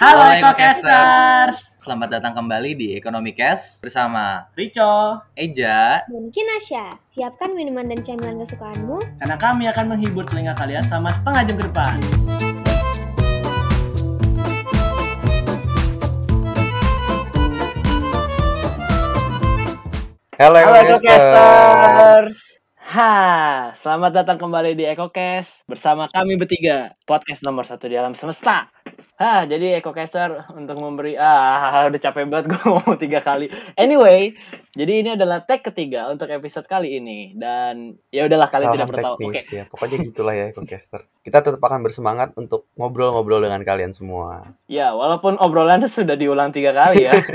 Halo EcoCasters, selamat datang kembali di Ekonomi Cash bersama Rico, Eja, dan Kinasya. Siapkan minuman dan camilan kesukaanmu, karena kami akan menghibur telinga kalian selama setengah jam ke depan. Halo EcoCasters. Selamat datang kembali di EcoCast bersama kami bertiga, podcast nomor 1 di alam semesta. Jadi EcoCaster untuk memberi udah capek banget gue ngomong 3 kali. Anyway, jadi ini adalah tag ketiga untuk episode kali ini dan ya udahlah kalian tidak perlu tahu. Oke. Ya, pokoknya gitulah ya EcoCaster. Kita tetap akan bersemangat untuk ngobrol-ngobrol dengan kalian semua. Ya, walaupun obrolannya sudah diulang 3 kali ya.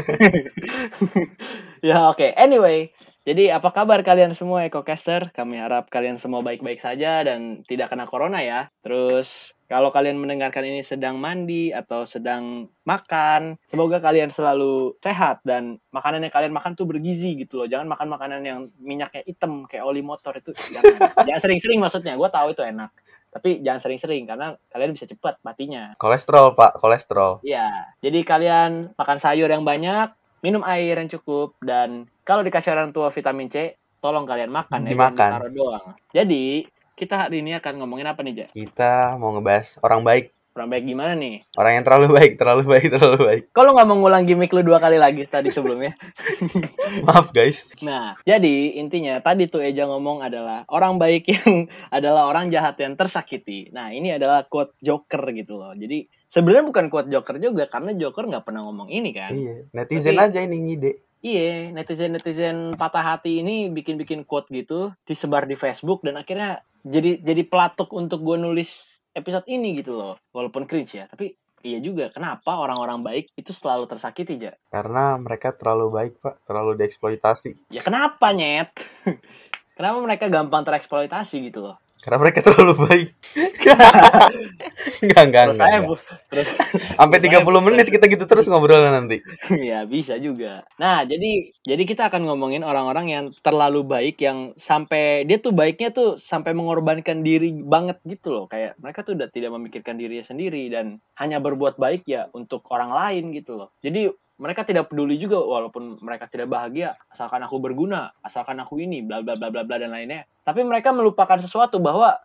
Ya, oke. Anyway, jadi apa kabar kalian semua EcoCaster? Kami harap kalian semua baik-baik saja dan tidak kena corona ya. Terus kalau kalian mendengarkan ini sedang mandi atau sedang makan, semoga kalian selalu sehat dan makanan yang kalian makan tuh bergizi gitu loh. Jangan makan makanan yang minyaknya hitam kayak oli motor itu jangan. Jangan sering-sering maksudnya. Gue tahu itu enak. Tapi jangan sering-sering karena kalian bisa cepat matinya. Kolesterol, Pak, kolesterol. Iya. Jadi kalian makan sayur yang banyak, minum air yang cukup, dan kalau dikasih orang tua vitamin C, tolong kalian makan ya, jangan ditaruh doang. Jadi, kita hari ini akan ngomongin apa nih, Ja? Kita mau ngebahas orang baik. Orang baik gimana nih? Orang yang terlalu baik. Kok lu gak mau ngulang gimmick lu 2 kali lagi tadi sebelumnya? Maaf, guys. Nah, jadi intinya tadi tuh Eja ngomong adalah orang baik yang adalah orang jahat yang tersakiti. Nah, ini adalah quote Joker gitu loh. Jadi, sebenarnya bukan quote Joker juga, karena Joker gak pernah ngomong ini kan. Iya, netizen aja ini ngide. Iya, netizen patah hati ini bikin quote gitu, disebar di Facebook dan akhirnya jadi pelatuk untuk gue nulis episode ini gitu loh. Walaupun cringe ya, tapi iya juga. Kenapa orang-orang baik itu selalu tersakiti, Ja? Karena mereka terlalu baik, Pak. Terlalu dieksploitasi. Ya kenapa, Nyet? Kenapa mereka gampang tereksploitasi gitu loh? Karena mereka terlalu baik. Enggak. Terus sampai 30 menit kita gitu terus ngobrolnya nanti. Ya, bisa juga. Nah, jadi kita akan ngomongin orang-orang yang terlalu baik, yang sampai dia tuh baiknya tuh sampai mengorbankan diri banget gitu loh. Kayak mereka tuh udah tidak memikirkan dirinya sendiri dan hanya berbuat baik ya untuk orang lain gitu loh. Jadi mereka tidak peduli juga walaupun mereka tidak bahagia, asalkan aku berguna, asalkan aku ini bla bla bla bla bla dan lainnya. Tapi mereka melupakan sesuatu bahwa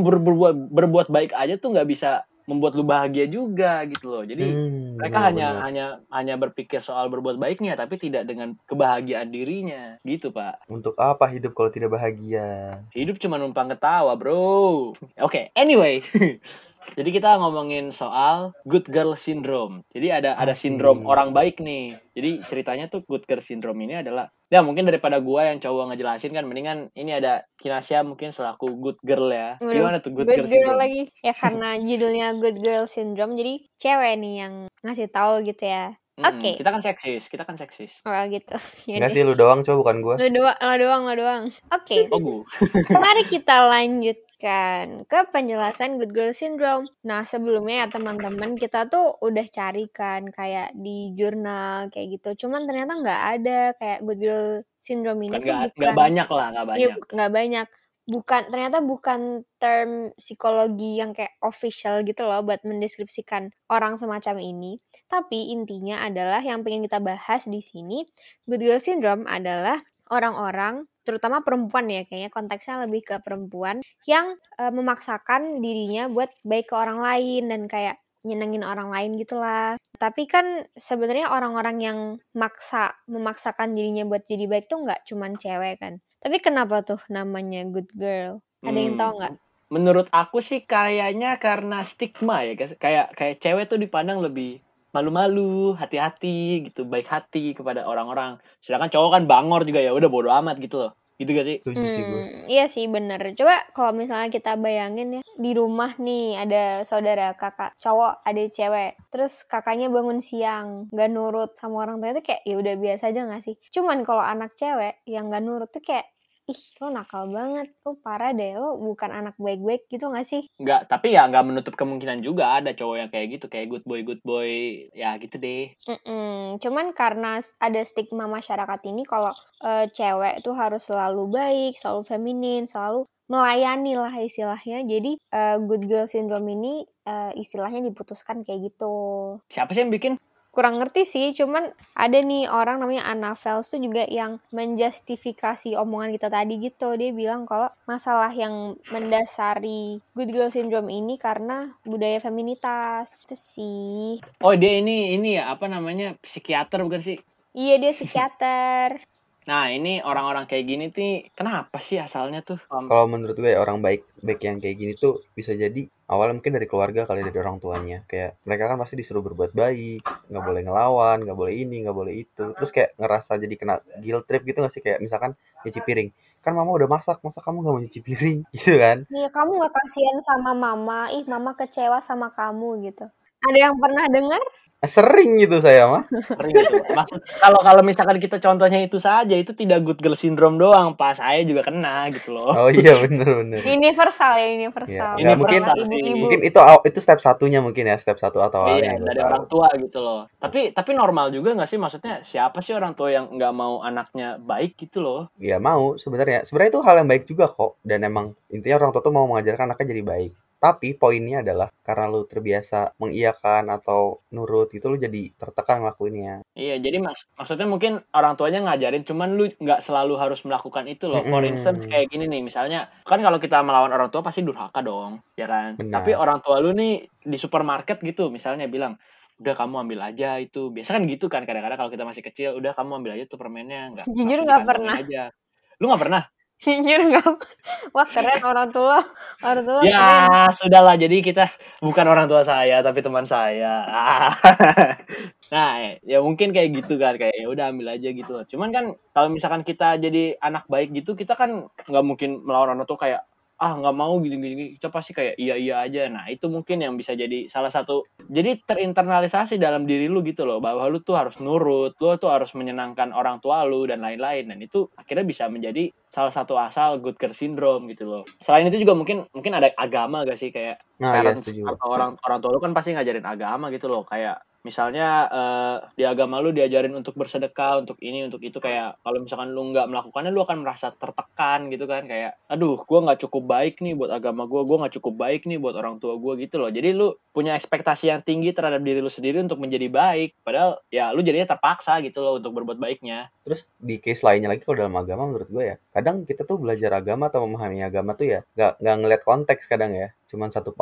berbuat baik aja tuh nggak bisa membuat lu bahagia juga gitu loh. Jadi mereka hanya berpikir soal berbuat baiknya tapi tidak dengan kebahagiaan dirinya gitu, Pak. Untuk apa hidup kalau tidak bahagia? Hidup cuma numpang ketawa, bro. Oke, anyway. Jadi kita ngomongin soal good girl syndrome. Jadi ada sindrom orang baik nih. Jadi ceritanya tuh good girl syndrome ini adalah, ya mungkin daripada gua yang cowok ngejelasin kan, mendingan ini ada Kinasya mungkin selaku good girl ya. Gimana tuh good girl syndrome? Lagi ya karena judulnya good girl syndrome, jadi cewek nih yang ngasih tahu gitu ya. Oke. Kita kan seksis. Oh gitu. Enggak sih, lu doang, cow, bukan gua. Lo doang. Oke. Mari kita lanjutkan ke penjelasan good girl syndrome. Nah, sebelumnya ya teman-teman, kita tuh udah carikan kayak di jurnal kayak gitu. Cuman ternyata nggak ada kayak good girl syndrome ini. Nggak banyak. Iya, nggak banyak. Ternyata bukan term psikologi yang kayak official gitu loh buat mendeskripsikan orang semacam ini. Tapi intinya adalah yang pengen kita bahas di sini, good girl syndrome adalah orang-orang, terutama perempuan ya, kayaknya konteksnya lebih ke perempuan yang memaksakan dirinya buat baik ke orang lain dan kayak nyenengin orang lain gitulah. Tapi kan sebenarnya orang-orang yang memaksakan dirinya buat jadi baik tuh nggak cuman cewek kan. Tapi kenapa tuh namanya good girl? Ada yang tahu nggak? Menurut aku sih kayaknya karena stigma ya, guys. Kayak cewek tuh dipandang lebih malu-malu, hati-hati gitu, baik hati kepada orang-orang. Sedangkan cowok kan bangor juga ya, udah bodo amat gitu loh. Gitu gak sih? Iya sih, bener. Coba kalau misalnya kita bayangin ya, di rumah nih ada saudara kakak cowok, ada cewek, terus kakaknya bangun siang gak nurut sama orang tua, itu kayak ya udah biasa aja gak sih? Cuman kalau anak cewek yang gak nurut tuh kayak, ih lo nakal banget, lo parah deh, lo bukan anak baik-baik gitu gak sih? Enggak, tapi ya gak menutup kemungkinan juga ada cowok yang kayak gitu, kayak good boy, ya gitu deh. Cuman karena ada stigma masyarakat ini kalau cewek tuh harus selalu baik, selalu feminin, selalu melayani lah istilahnya. Jadi good girl syndrome ini istilahnya diputuskan kayak gitu. Siapa sih yang bikin? Kurang ngerti sih, cuman ada nih orang namanya Anna Fels tuh juga yang menjustifikasi omongan kita tadi gitu. Dia bilang kalau masalah yang mendasari good girl syndrome ini karena budaya feminitas. Itu sih. Oh, dia ini ya apa namanya? Psikiater bukan sih? Iya, dia psikiater. Nah, ini orang-orang kayak gini tuh kenapa sih asalnya tuh? Kalau menurut gue orang baik yang kayak gini tuh bisa jadi awalnya mungkin dari keluarga kali, dari orang tuanya. Kayak mereka kan pasti disuruh berbuat baik, nggak boleh ngelawan, nggak boleh ini, nggak boleh itu. Terus kayak ngerasa jadi kena guilt trip gitu nggak sih? Kayak misalkan nyuci piring, kan mama udah masak, masa kamu nggak mau nyuci piring gitu kan? Iya, kamu gak kasihan sama mama. Ih, mama kecewa sama kamu gitu. Ada yang pernah dengar? Sering gitu saya mah. Sering gitu. Maksud kalau misalkan kita contohnya itu saja, itu tidak good girl syndrome doang, pas saya juga kena gitu loh. Oh iya bener. Universal ya, Ya, universal. nggak, mungkin Ibu-ibu. mungkin itu step satunya mungkin ya, step satu atau awalnya. Iya, dari orang tua gitu loh. Tapi normal juga nggak sih, maksudnya siapa sih orang tua yang nggak mau anaknya baik gitu loh? Ya mau sebenarnya. Sebenarnya itu hal yang baik juga kok. Dan emang intinya orang tua tuh mau mengajarkan anaknya jadi baik. Tapi poinnya adalah karena lu terbiasa mengiyakan atau nurut gitu, lu jadi tertekan ngelakuinnya. Iya, jadi maksudnya mungkin orang tuanya ngajarin, cuman lu nggak selalu harus melakukan itu loh. For instance kayak gini nih, misalnya kan kalau kita melawan orang tua pasti durhaka dong, ya kan? Benar. Tapi orang tua lu nih di supermarket gitu, misalnya bilang, udah kamu ambil aja itu. Biasa kan gitu kan, kadang-kadang kalau kita masih kecil, udah kamu ambil aja tuh permennya, nggak Jujur langsung nggak dikantongin pernah. aja. Lu nggak pernah? Jujur nggak. Wah, keren orang tua. Orang tua keren. Ya, sudahlah. Jadi kita bukan orang tua saya, tapi teman saya. Nah, ya mungkin kayak gitu kan, kayak ya udah ambil aja gitu. Cuman kan kalau misalkan kita jadi anak baik gitu, kita kan nggak mungkin melawan orang tua kayak nggak mau gini. Kita pasti kayak iya aja. Nah, itu mungkin yang bisa jadi salah satu. Jadi terinternalisasi dalam diri lu gitu loh, bahwa lu tuh harus nurut, lu tuh harus menyenangkan orang tua lu dan lain-lain. Dan itu akhirnya bisa menjadi salah satu asal good girl syndrome gitu loh. Selain itu juga mungkin ada agama gak sih, kayak Nah, ya, parents setuju. atau orang tua lu kan pasti ngajarin agama gitu loh, kayak misalnya di agama lu diajarin untuk bersedekah, untuk ini, untuk itu, kayak kalau misalkan lu nggak melakukannya lu akan merasa tertekan gitu kan, kayak aduh gue nggak cukup baik nih buat agama gue nggak cukup baik nih buat orang tua gue gitu loh. Jadi lu punya ekspektasi yang tinggi terhadap diri lu sendiri untuk menjadi baik, padahal ya lu jadinya terpaksa gitu loh untuk berbuat baiknya. Terus di case lainnya lagi kalau dalam agama menurut gue ya, kadang kita tuh belajar agama atau memahami agama tuh ya nggak ngeliat konteks kadang ya, cuman satu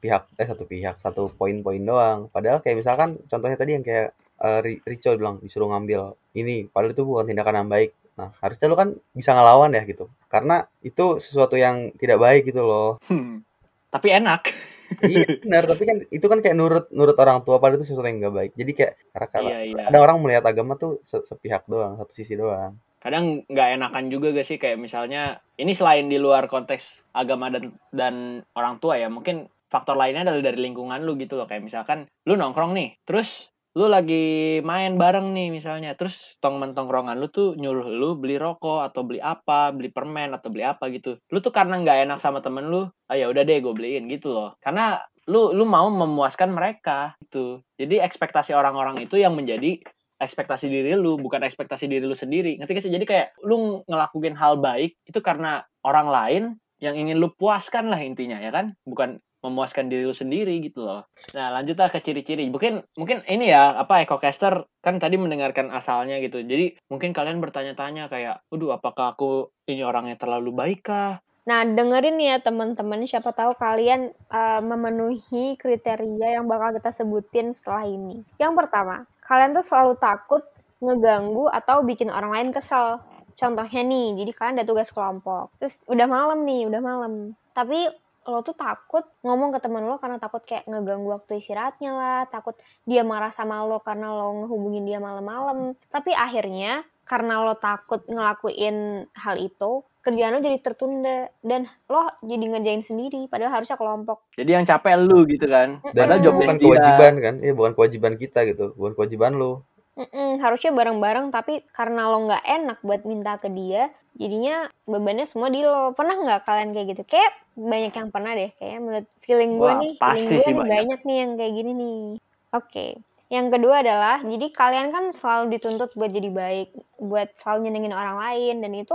poin-poin doang. Padahal kayak misalkan contohnya tadi yang kayak Rico bilang disuruh ngambil ini, padahal itu bukan tindakan yang baik. Nah, harusnya lu kan bisa ngelawan ya gitu, karena itu sesuatu yang tidak baik gitu loh. Tapi enak. Iya benar, tapi kan itu kan kayak nurut orang tua, padahal itu sesuatu yang nggak baik. Jadi kayak Iya. ada orang melihat agama tuh sepihak doang, satu sisi doang. Kadang nggak enakan juga gak sih, kayak misalnya ini selain di luar konteks agama dan orang tua ya, mungkin faktor lainnya adalah dari lingkungan lu gitu loh. Kayak misalkan lu nongkrong nih, terus lu lagi main bareng nih misalnya, terus temen tongkrongan lu tuh nyuruh lu beli rokok atau beli apa, beli permen atau beli apa gitu. Lu tuh karena nggak enak sama temen lu, ya udah deh gue beliin gitu loh. Karena lu mau memuaskan mereka gitu. Jadi ekspektasi orang-orang itu yang menjadi ekspektasi diri lu, bukan ekspektasi diri lu sendiri. Ngerti gak sih? Jadi kayak lu ngelakuin hal baik itu karena orang lain yang ingin lu puaskan lah intinya, ya kan? Bukan memuaskan diri lu sendiri gitu loh. Nah, lanjutlah ke ciri-ciri. Mungkin ini ya, EcoCaster kan tadi mendengarkan asalnya gitu. Jadi mungkin kalian bertanya-tanya kayak, "Waduh, apakah aku ini orangnya terlalu baik kah?" Nah, dengerin ya teman-teman, siapa tahu kalian memenuhi kriteria yang bakal kita sebutin setelah ini. Yang pertama, kalian tuh selalu takut ngeganggu atau bikin orang lain kesel. Contohnya nih, jadi kalian ada tugas kelompok. Terus udah malam. Tapi lo tuh takut ngomong ke teman lo karena takut kayak ngeganggu waktu istirahatnya lah, takut dia marah sama lo karena lo ngehubungin dia malam-malam. Tapi akhirnya karena lo takut ngelakuin hal itu, kerjaan lo jadi tertunda dan lo jadi ngerjain sendiri padahal harusnya kelompok. Jadi yang capek lu gitu kan. Dan Padahal itu job bukan desk dia. kewajiban kan? Bukan kewajiban kita gitu, bukan kewajiban lu. Harusnya bareng-bareng, tapi karena lo nggak enak buat minta ke dia, jadinya bebannya semua di lo. Pernah nggak kalian kayak gitu? Kayak banyak yang pernah deh, kayaknya menurut feeling gue Wah, nih, pasti sih banyak nih yang kayak gini nih. Oke. Yang kedua adalah, jadi kalian kan selalu dituntut buat jadi baik, buat selalu nyenengin orang lain, dan itu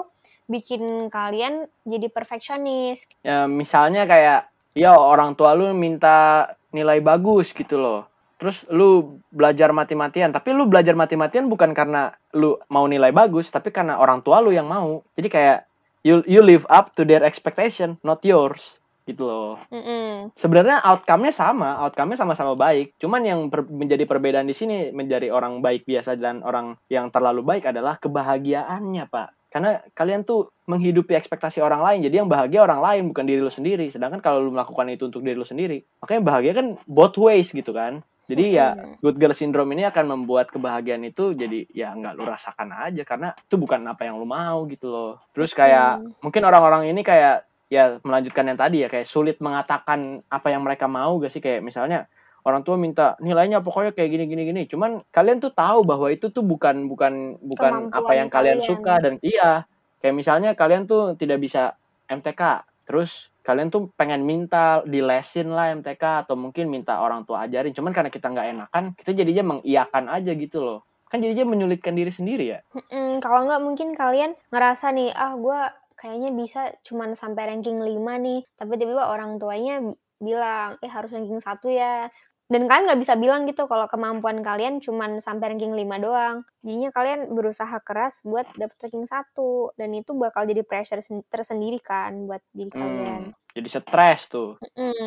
bikin kalian jadi perfeksionis. Ya misalnya kayak ya orang tua lu minta nilai bagus gitu loh. Terus lu belajar mati-matian, tapi lu belajar mati-matian bukan karena lu mau nilai bagus, tapi karena orang tua lu yang mau. Jadi kayak you live up to their expectation, not yours gitu loh. Sebenarnya outcome-nya sama-sama baik. Cuman yang menjadi perbedaan di sini menjadi orang baik biasa dan orang yang terlalu baik adalah kebahagiaannya, Pak. Karena kalian tuh menghidupi ekspektasi orang lain. Jadi yang bahagia orang lain, bukan diri lu sendiri. Sedangkan kalau lu melakukan itu untuk diri lu sendiri, makanya bahagia kan both ways gitu kan. Jadi ya good girl syndrome ini akan membuat kebahagiaan itu jadi ya nggak lu rasakan aja. Karena itu bukan apa yang lu mau gitu loh. Terus kayak mungkin orang-orang ini kayak ya melanjutkan yang tadi ya, kayak sulit mengatakan apa yang mereka mau gak sih. Kayak misalnya orang tua minta nilainya pokoknya kayak gini. Cuman kalian tuh tahu bahwa itu tuh bukan apa yang kalian suka. Dan iya, kayak misalnya kalian tuh tidak bisa MTK, terus kalian tuh pengen minta dilesin lah MTK, atau mungkin minta orang tua ajarin. Cuman karena kita nggak enakan, kita jadinya mengiyakan aja gitu loh. Kan jadinya menyulitkan diri sendiri ya. Kalau nggak mungkin kalian ngerasa nih, gue kayaknya bisa cuman sampai ranking 5 nih. Tapi tiba-tiba orang tuanya bilang, harus ranking 1 ya. Dan kalian nggak bisa bilang gitu kalau kemampuan kalian cuman sampai ranking 5 doang. Jadinya kalian berusaha keras buat dapet ranking 1. Dan itu bakal jadi pressure tersendiri kan buat diri kalian. Jadi stres tuh.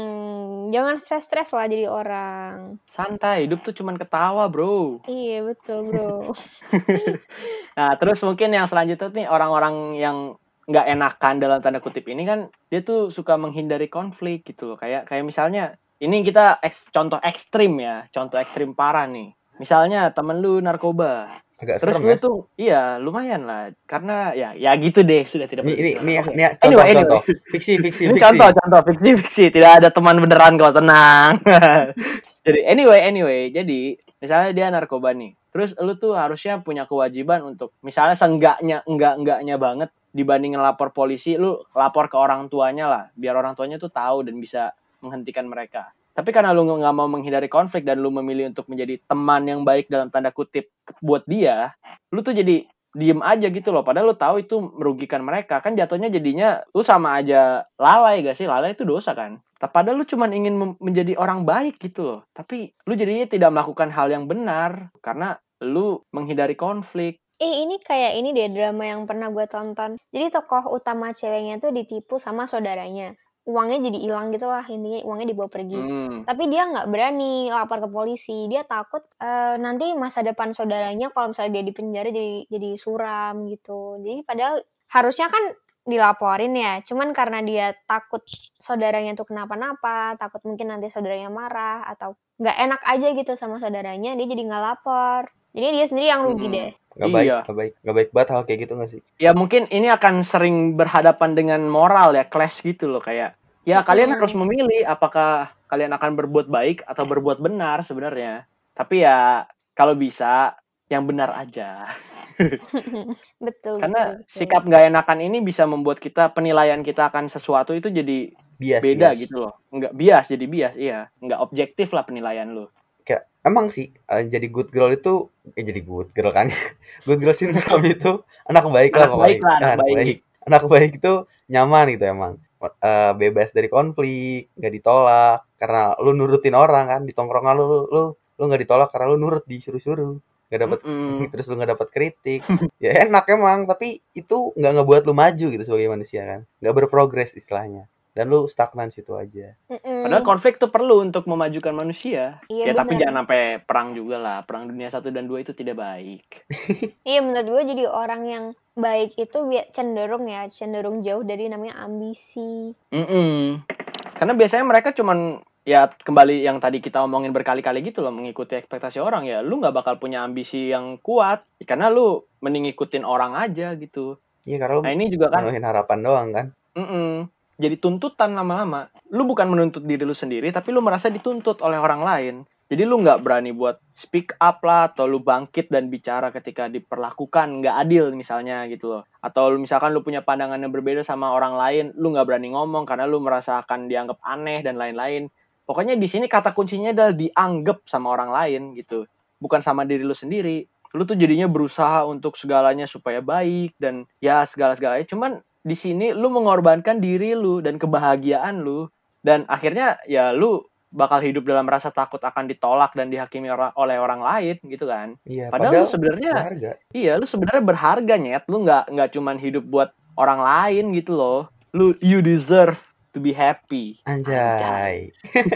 Jangan stres-stres lah jadi orang. Santai, hidup tuh cuman ketawa, bro. Iya, betul, bro. Nah, terus mungkin yang selanjutnya nih, orang-orang yang nggak enakan dalam tanda kutip ini kan, dia tuh suka menghindari konflik gitu loh. Kayak misalnya, ini kita contoh ekstrim parah nih. Misalnya temen lu narkoba. Agak Terus serem lu ya. tuh iya lumayan lah, karena ya gitu deh, sudah tidak Ini Anyway. contoh. Fiksi. Ini contoh fiksi, tidak ada teman beneran kok, tenang. Jadi anyway, jadi misalnya dia narkoba nih. Terus lu tuh harusnya punya kewajiban untuk misalnya enggaknya banget dibanding lapor polisi, lu lapor ke orang tuanya lah, biar orang tuanya tuh tahu dan bisa menghentikan mereka. Tapi karena lu nggak mau menghindari konflik dan lu memilih untuk menjadi teman yang baik dalam tanda kutip buat dia, lu tuh jadi diem aja gitu loh. Padahal lu tahu itu merugikan mereka. Kan jatuhnya jadinya lu sama aja lalai gak sih? Lalai itu dosa kan? Padahal lu cuma ingin menjadi orang baik gitu loh. Tapi lu jadinya tidak melakukan hal yang benar karena lu menghindari konflik. Ini kayak ini deh drama yang pernah gue tonton. Jadi tokoh utama ceweknya tuh ditipu sama saudaranya. Uangnya jadi hilang gitu lah, intinya uangnya dibawa pergi. Tapi dia nggak berani lapor ke polisi. Dia takut nanti masa depan saudaranya kalau misalnya dia di penjara jadi suram gitu. Jadi padahal harusnya kan dilaporin ya. Cuman karena dia takut saudaranya tuh kenapa-napa, takut mungkin nanti saudaranya marah atau nggak enak aja gitu sama saudaranya, dia jadi nggak lapor. Jadi dia sendiri yang rugi deh. Gak baik banget hal kayak gitu gak sih? Ya mungkin ini akan sering berhadapan dengan moral ya, clash gitu loh. Kayak ya kalian harus memilih apakah kalian akan berbuat baik atau berbuat benar sebenarnya. Tapi ya kalau bisa yang benar aja. Betul. Karena sikap nggak enakan ini bisa membuat penilaian kita akan sesuatu itu jadi beda gitu loh. Nggak bias, jadi bias, iya. Nggak objektif lah penilaian lo. Kayak emang sih jadi good girl itu jadi good girl kan. Good girl syndrome itu anak baik lah pokoknya. Anak baik itu nyaman gitu emang. Bebas dari konflik, nggak ditolak karena lu nurutin orang kan. Di tongkrongan lu nggak ditolak karena lu nurut disuruh-suruh. Nggak dapat terus lu nggak dapat kritik. Ya enak emang, tapi itu nggak ngebuat lu maju gitu sebagai manusia kan. Nggak berprogres istilahnya. Dan lu stagnan situ aja. Padahal konflik tuh perlu untuk memajukan manusia. Iya, tapi jangan sampai perang juga lah. Perang dunia 1 dan 2 itu tidak baik. Iya, menurut gue jadi orang yang baik itu cenderung jauh dari namanya ambisi. Karena biasanya mereka cuman ya kembali yang tadi kita omongin berkali-kali gitu loh, mengikuti ekspektasi orang. Ya lu gak bakal punya ambisi yang kuat karena lu mending ngikutin orang aja gitu. Iya, karena lu ini juga kan menuhin harapan doang kan. Jadi tuntutan lama-lama. Lu bukan menuntut diri lu sendiri, tapi lu merasa dituntut oleh orang lain. Jadi lu gak berani buat speak up lah, atau lu bangkit dan bicara ketika diperlakukan gak adil misalnya gitu loh. Atau misalkan lu punya pandangan yang berbeda sama orang lain, lu gak berani ngomong karena lu merasa akan dianggap aneh dan lain-lain. Pokoknya di sini kata kuncinya adalah dianggap sama orang lain gitu. Bukan sama diri lu sendiri. Lu tuh jadinya berusaha untuk segalanya supaya baik dan ya segala-segalanya. Cuman di sini lu mengorbankan diri lu dan kebahagiaan lu dan akhirnya ya lu bakal hidup dalam rasa takut akan ditolak dan dihakimi oleh orang lain gitu kan. Iya, Padahal lu padahal sebenarnya berharga. iya, lu sebenarnya berharga nyet. Lu nggak cuman hidup buat orang lain gitu loh. You deserve to be happy. Anjay.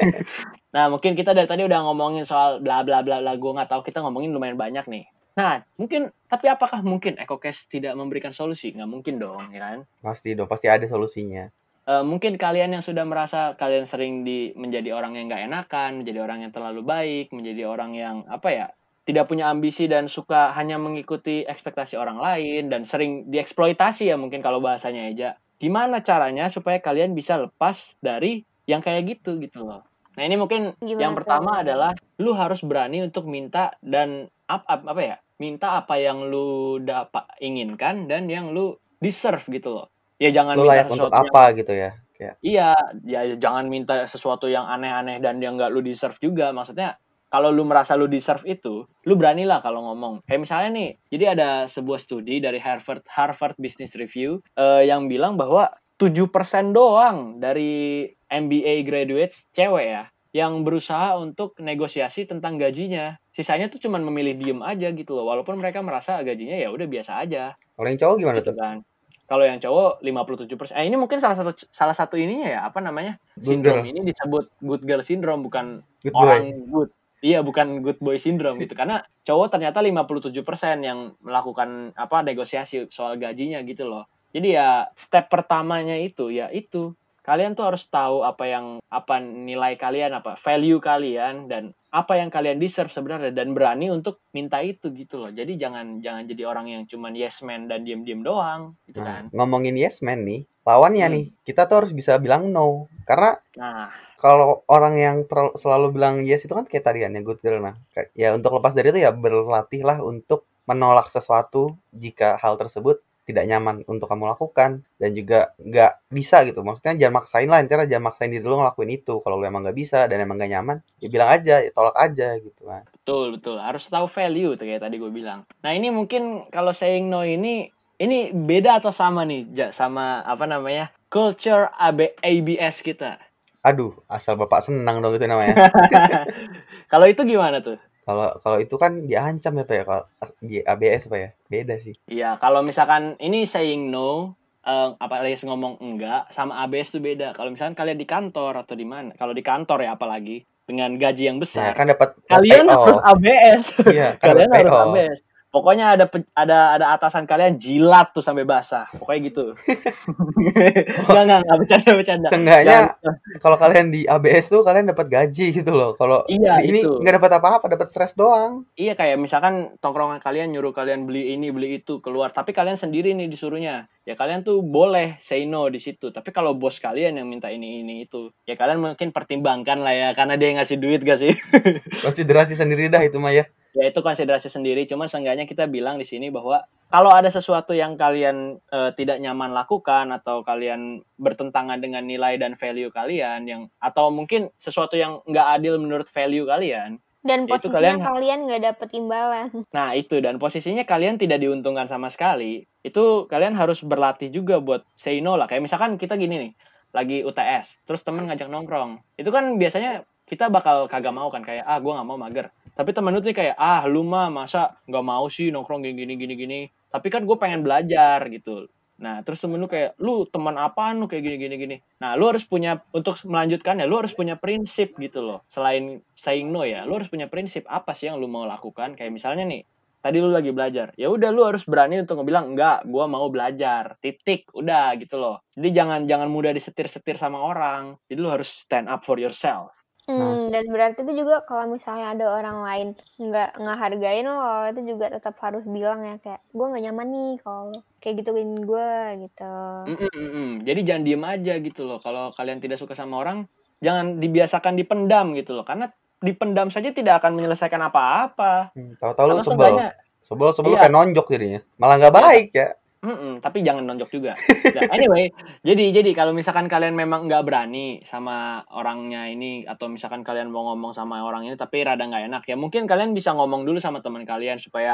Nah, mungkin kita dari tadi udah ngomongin soal bla bla bla bla. Gue nggak tahu, kita ngomongin lumayan banyak nih. Nah, mungkin tapi apakah mungkin EcoCast tidak memberikan solusi? Nggak mungkin dong, ya kan? Pasti dong, pasti ada solusinya. Mungkin kalian yang sudah merasa kalian sering menjadi orang yang nggak enakan, menjadi orang yang terlalu baik, menjadi orang yang apa ya, tidak punya ambisi dan suka hanya mengikuti ekspektasi orang lain dan sering dieksploitasi ya mungkin kalau bahasanya aja. Gimana caranya supaya kalian bisa lepas dari yang kayak gitu loh. Nah, ini mungkin yang Gimana pertama tuh? adalah lu harus berani untuk minta dan apa ya? Minta apa yang lu inginkan dan yang lu deserve gitu loh. Ya jangan Lu minta layak untuk sesuatu yang apa gitu ya. Kayak iya, ya jangan minta sesuatu yang aneh-aneh dan yang nggak lu deserve juga. Maksudnya kalau lu merasa lu deserve itu, lu beranilah kalau ngomong. Kayak misalnya nih, jadi ada sebuah studi dari Harvard Business Review yang bilang bahwa 7% doang dari MBA graduates cewek ya yang berusaha untuk negosiasi tentang gajinya. Sisanya tuh cuman memilih diem aja gitu loh. Walaupun mereka merasa gajinya ya udah biasa aja orang yang cowok gimana gitu tuh? kan. Kalau yang cowok 57%. Ini mungkin salah satu ininya ya, apa namanya? Good Sindrom girl. ini disebut good girl syndrome, bukan Good orang boy. good. Iya, bukan good boy syndrome gitu. Karena cowok ternyata 57% yang melakukan apa negosiasi soal gajinya gitu loh. Jadi ya step pertamanya itu ya itu. Kalian tuh harus tahu apa nilai kalian, apa value kalian dan apa yang kalian deserve sebenarnya dan berani untuk minta itu gitu loh. Jadi jangan jadi orang yang cuman yes man dan diem-diem doang gitu Nah, kan. ngomongin yes man nih, lawannya nih, kita tuh harus bisa bilang no. Karena Nah, kalau orang yang selalu bilang yes itu kan kayak tadian ya good girl. Nah, ya untuk lepas dari itu ya berlatihlah untuk menolak sesuatu jika hal tersebut tidak nyaman untuk kamu lakukan dan juga nggak bisa gitu. Maksudnya jangan maksain lah, intinya jangan maksain diri lu ngelakuin itu. Kalau lu emang nggak bisa dan emang nggak nyaman, ya bilang aja, ya tolak aja gitu kan. betul. Harus tahu value tuh kayak tadi gue bilang. Nah, ini mungkin kalau saying no ini beda atau sama nih sama apa namanya? Culture ABS kita. Aduh, asal bapak senang dong itu namanya. Kalau itu gimana tuh? Kalau itu kan diancam ya Pak ya, kalau di ABS Pak ya. Beda sih. Iya, kalau misalkan ini saying no, apalagi ngomong enggak, sama ABS tuh beda. Kalau misalkan kalian di kantor atau di mana, kalau di kantor ya apalagi dengan gaji yang Ya besar, kan dapat kalian harus payoff. ABS. Iya, kan Kalian dapat harus payoff. ABS. Pokoknya ada atasan kalian jilat tuh sampai basah. Pokoknya gitu. Enggak bercanda. Seenggaknya kalau kalian di ABS tuh kalian dapat gaji gitu loh. Kalau Iya, di ini itu. nggak dapat apa-apa, dapat stres doang. Iya, kayak misalkan tongkrongan kalian nyuruh kalian beli ini, beli itu keluar, tapi kalian sendiri nih disuruhnya. Ya kalian tuh boleh say no di situ. Tapi kalau bos kalian yang minta ini itu, ya kalian mungkin pertimbangkan lah ya, karena dia yang ngasih duit gak sih? Konsiderasi sendiri dah itu mah ya. Ya itu konsiderasi sendiri. Cuman seenggaknya kita bilang di sini bahwa kalau ada sesuatu yang kalian tidak nyaman lakukan atau kalian bertentangan dengan nilai dan value kalian atau mungkin sesuatu yang nggak adil menurut value kalian. Dan Ya itu posisinya kalian nggak dapet imbalan. Nah itu, dan posisinya kalian tidak diuntungkan sama sekali. Itu kalian harus berlatih juga buat say no lah. Kayak misalkan kita gini nih, lagi UTS, terus temen ngajak nongkrong. Itu kan biasanya kita bakal kagak mau kan, kayak gue nggak mau, mager. Tapi temen lu tuh kayak lu mah masa nggak mau sih nongkrong gini. Tapi kan gue pengen belajar gitu. Nah terus temen lu kayak, lu teman apaan lu kayak gini. Nah lu harus punya, untuk melanjutkannya lu harus punya prinsip gitu loh. Selain saying no ya, lu harus punya prinsip apa sih yang lu mau lakukan. Kayak misalnya nih, tadi lu lagi belajar, ya udah lu harus berani untuk ngebilang enggak, gue mau belajar, titik, udah gitu loh. Jadi jangan mudah disetir-setir sama orang. Jadi lu harus stand up for yourself. Dan berarti itu juga kalau misalnya ada orang lain nggak ngehargain lo, itu juga tetap harus bilang ya, kayak gue nggak nyaman nih kalau kayak gituin gue gitu. Jadi jangan diem aja gitu loh. Kalau kalian tidak suka sama orang, jangan dibiasakan dipendam gitu loh. Karena dipendam saja tidak akan menyelesaikan apa-apa. Tahu-tahu lu Karena sebel. seenggaknya, Sebel iya. kayak nonjok jadinya. Malah nggak baik ya. Tapi jangan nonjok juga. Nah, anyway, jadi kalau misalkan kalian memang nggak berani sama orangnya ini, atau misalkan kalian mau ngomong sama orang ini tapi rada nggak enak, ya mungkin kalian bisa ngomong dulu sama teman kalian supaya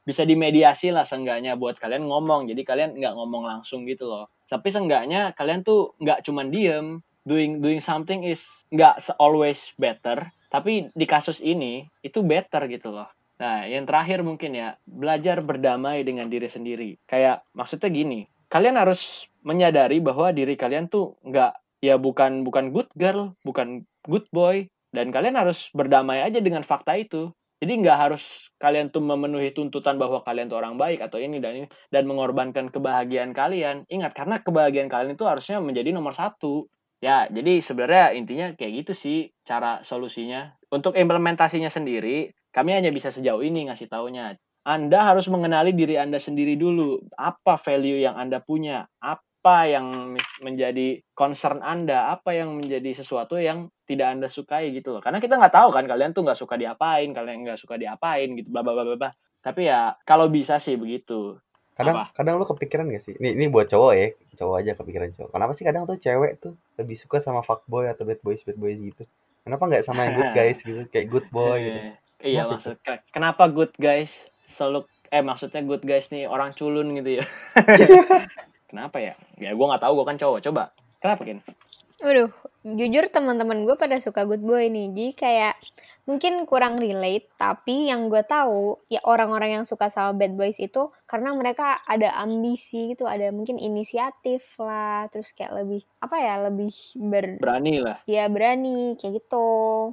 bisa dimediasi lah seenggaknya buat kalian ngomong. Jadi kalian nggak ngomong langsung gitu loh. Tapi seenggaknya kalian tuh nggak cuman diem. Doing something is nggak always better. Tapi di kasus ini itu better gitu loh. Nah, yang terakhir mungkin ya, belajar berdamai dengan diri sendiri. Kayak maksudnya gini, kalian harus menyadari bahwa diri kalian tuh bukan good girl, bukan good boy, dan kalian harus berdamai aja dengan fakta itu. Jadi nggak harus kalian tuh memenuhi tuntutan bahwa kalian tuh orang baik atau ini dan mengorbankan kebahagiaan kalian. Ingat, karena kebahagiaan kalian itu harusnya menjadi nomor 1. Ya, jadi sebenarnya intinya kayak gitu sih cara solusinya. Untuk implementasinya sendiri, kami hanya bisa sejauh ini ngasih taunya. Anda harus mengenali diri Anda sendiri dulu. Apa value yang Anda punya? Apa yang menjadi concern Anda? Apa yang menjadi sesuatu yang tidak Anda sukai gitu loh. Karena kita nggak tahu kan kalian tuh nggak suka diapain, kalian nggak suka diapain gitu, bla bla bla bla. Tapi ya kalau bisa sih begitu. Kadang lu kepikiran gak sih? Ini buat cowok ya, cowok aja kepikiran cowok. Kenapa sih kadang tuh cewek tuh lebih suka sama fuckboy atau bad boys gitu? Kenapa nggak sama yang good guys gitu, kayak good boy gitu? Iya, maksudnya kenapa good guys maksudnya good guys nih orang culun gitu ya? Kenapa ya? Ya gue nggak tahu, gue kan cowok. Coba, kenapa Kin? Waduh, jujur teman-teman gue pada suka good boy nih. Jadi kayak mungkin kurang relate, tapi yang gue tahu ya orang-orang yang suka sama bad boys itu karena mereka ada ambisi gitu, ada mungkin inisiatif lah, terus kayak lebih berani lah. Ya berani kayak gitu.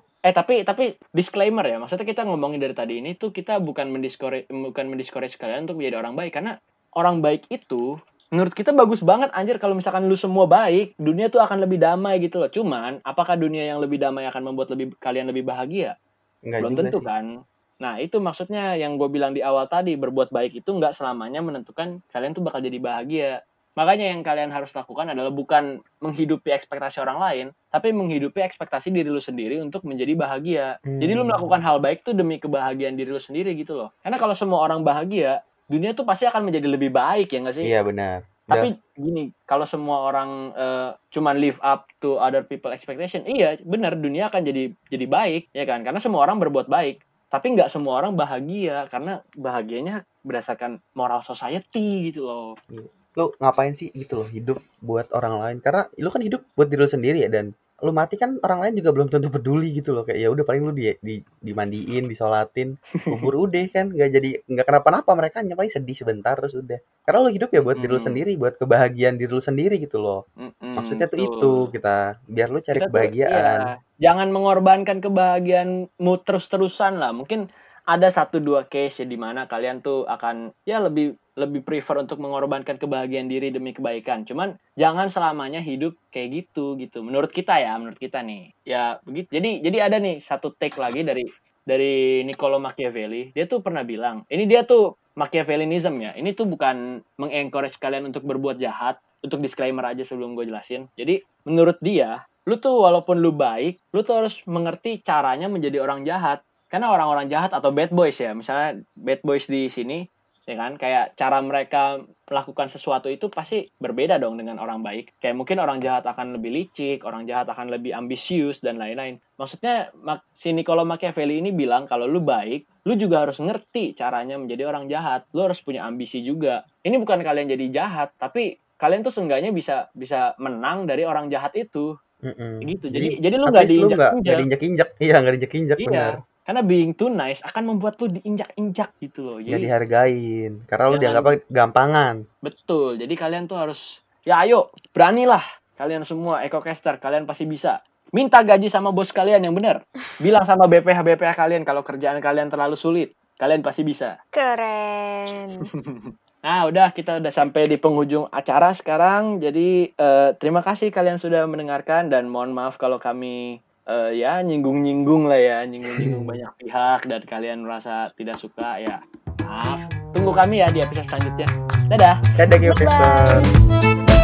Tapi disclaimer ya, maksudnya kita ngomongin dari tadi ini tuh kita bukan mendiscourage kalian untuk menjadi orang baik, karena orang baik itu menurut kita bagus banget anjir. Kalau misalkan lu semua baik, dunia tuh akan lebih damai gitu loh. Cuman apakah dunia yang lebih damai akan membuat kalian lebih bahagia? Belum tentu sih. Kan. Nah itu maksudnya yang gue bilang di awal tadi, berbuat baik itu nggak selamanya menentukan kalian tuh bakal jadi bahagia. Makanya yang kalian harus lakukan adalah bukan menghidupi ekspektasi orang lain, tapi menghidupi ekspektasi diri lu sendiri untuk menjadi bahagia. Jadi lu melakukan hal baik tuh demi kebahagiaan diri lu sendiri gitu loh. Karena kalau semua orang bahagia, dunia tuh pasti akan menjadi lebih baik, ya nggak sih? Iya benar. Tapi gini, kalau semua orang cuman live up to other people expectation, iya benar, dunia akan jadi baik, ya kan? Karena semua orang berbuat baik. Tapi nggak semua orang bahagia, karena bahagianya berdasarkan moral society gitu loh. Lu ngapain sih gitu loh hidup buat orang lain? Karena lu kan hidup buat diri lu sendiri ya, dan lu mati kan orang lain juga belum tentu peduli gitu loh. Kayak ya udah paling lu dimandiin, disolatin, kubur udah kan, nggak kenapa-napa, mereka hanya paling sedih sebentar terus udah. Karena lu hidup ya buat diri lu sendiri, buat kebahagiaan diri lu sendiri gitu loh. Maksudnya tuh itu kita biar lu cari kebahagiaan. Jangan mengorbankan kebahagiaanmu terus-terusan lah. Mungkin ada 1-2 case ya di mana kalian tuh akan ya lebih prefer untuk mengorbankan kebahagiaan diri demi kebaikan. Cuman jangan selamanya hidup kayak gitu. Menurut kita nih. Ya begitu. Jadi ada nih satu take lagi dari Niccolo Machiavelli. Dia tuh pernah bilang, ini dia tuh Machiavellianism ya. Ini tuh bukan mengencourage kalian untuk berbuat jahat. Untuk disclaimer aja sebelum gue jelasin. Jadi menurut dia, lu tuh walaupun lu baik, lu tuh harus mengerti caranya menjadi orang jahat. Karena orang-orang jahat atau bad boys ya, misalnya bad boys di sini, ya kan, kayak cara mereka melakukan sesuatu itu pasti berbeda dong dengan orang baik. Kayak mungkin orang jahat akan lebih licik, orang jahat akan lebih ambisius, dan lain-lain. Maksudnya, si Niccolo Machiavelli ini bilang kalau lu baik, lu juga harus ngerti caranya menjadi orang jahat. Lu harus punya ambisi juga. Ini bukan kalian jadi jahat, tapi kalian tuh seenggaknya bisa menang dari orang jahat itu. Gitu. Jadi lu nggak diinjak-injak. Iya, nggak diinjak-injak, benar. Karena being too nice akan membuat lu diinjak-injak gitu loh. Jadi dihargain. Karena lu dianggap gampangan. Betul. Jadi kalian tuh harus, ya ayo, beranilah. Kalian semua, EcoCaster, kalian pasti bisa. Minta gaji sama bos kalian yang benar. Bilang sama BPH kalian kalau kerjaan kalian terlalu sulit. Kalian pasti bisa. Keren. Nah, kita udah sampai di penghujung acara sekarang. Jadi, terima kasih kalian sudah mendengarkan. Dan mohon maaf kalau kami nyinggung banyak pihak dan kalian merasa tidak suka, ya maaf. Tunggu kami ya di episode selanjutnya. Dadah. Dadah,